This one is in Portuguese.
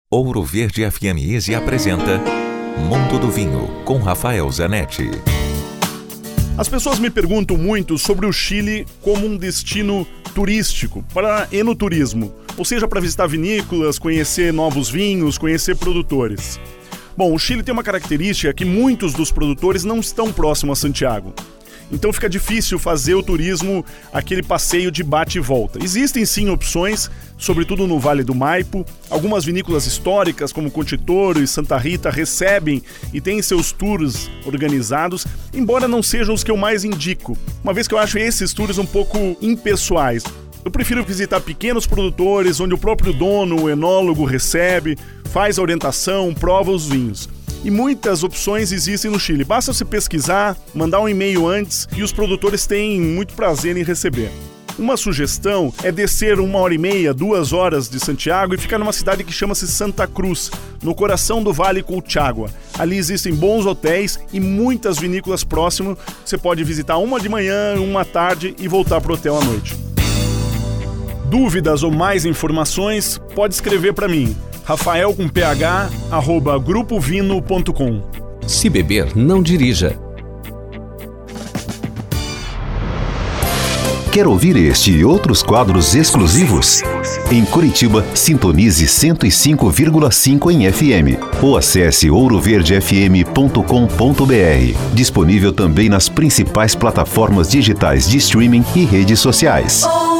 Ouro Verde FM Easy apresenta Mundo do Vinho, com Rafael Zanetti. As pessoas me perguntam muito sobre o Chile como um destino turístico, para enoturismo, ou seja, para visitar vinícolas, conhecer novos vinhos, conhecer produtores. Bom, o Chile tem uma característica que muitos dos produtores não estão próximos a Santiago. Então fica difícil fazer o turismo, aquele passeio de bate e volta. Existem sim opções, sobretudo no Vale do Maipo. Algumas vinícolas históricas, como Conchitoro e Santa Rita, recebem e têm seus tours organizados, embora não sejam os que eu mais indico, uma vez que eu acho esses tours um pouco impessoais. Eu prefiro visitar pequenos produtores, onde o próprio dono, o enólogo, recebe, faz a orientação, prova os vinhos. E muitas opções existem no Chile. Basta você pesquisar, mandar um e-mail antes e os produtores têm muito prazer em receber. Uma sugestão é descer 1h30, 2 horas de Santiago e ficar numa cidade que chama-se Santa Cruz, no coração do Vale Colchagua. Ali existem bons hotéis e muitas vinícolas próximas. Você pode visitar uma de manhã, uma à tarde e voltar para o hotel à noite. Dúvidas ou mais informações, pode escrever para mim. Rafael com PH, @grupovino.com. Se beber, não dirija. Quer ouvir este e outros quadros exclusivos? Em Curitiba, sintonize 105,5 em FM ou acesse ouroverdefm.com.br. Disponível também nas principais plataformas digitais de streaming e redes sociais.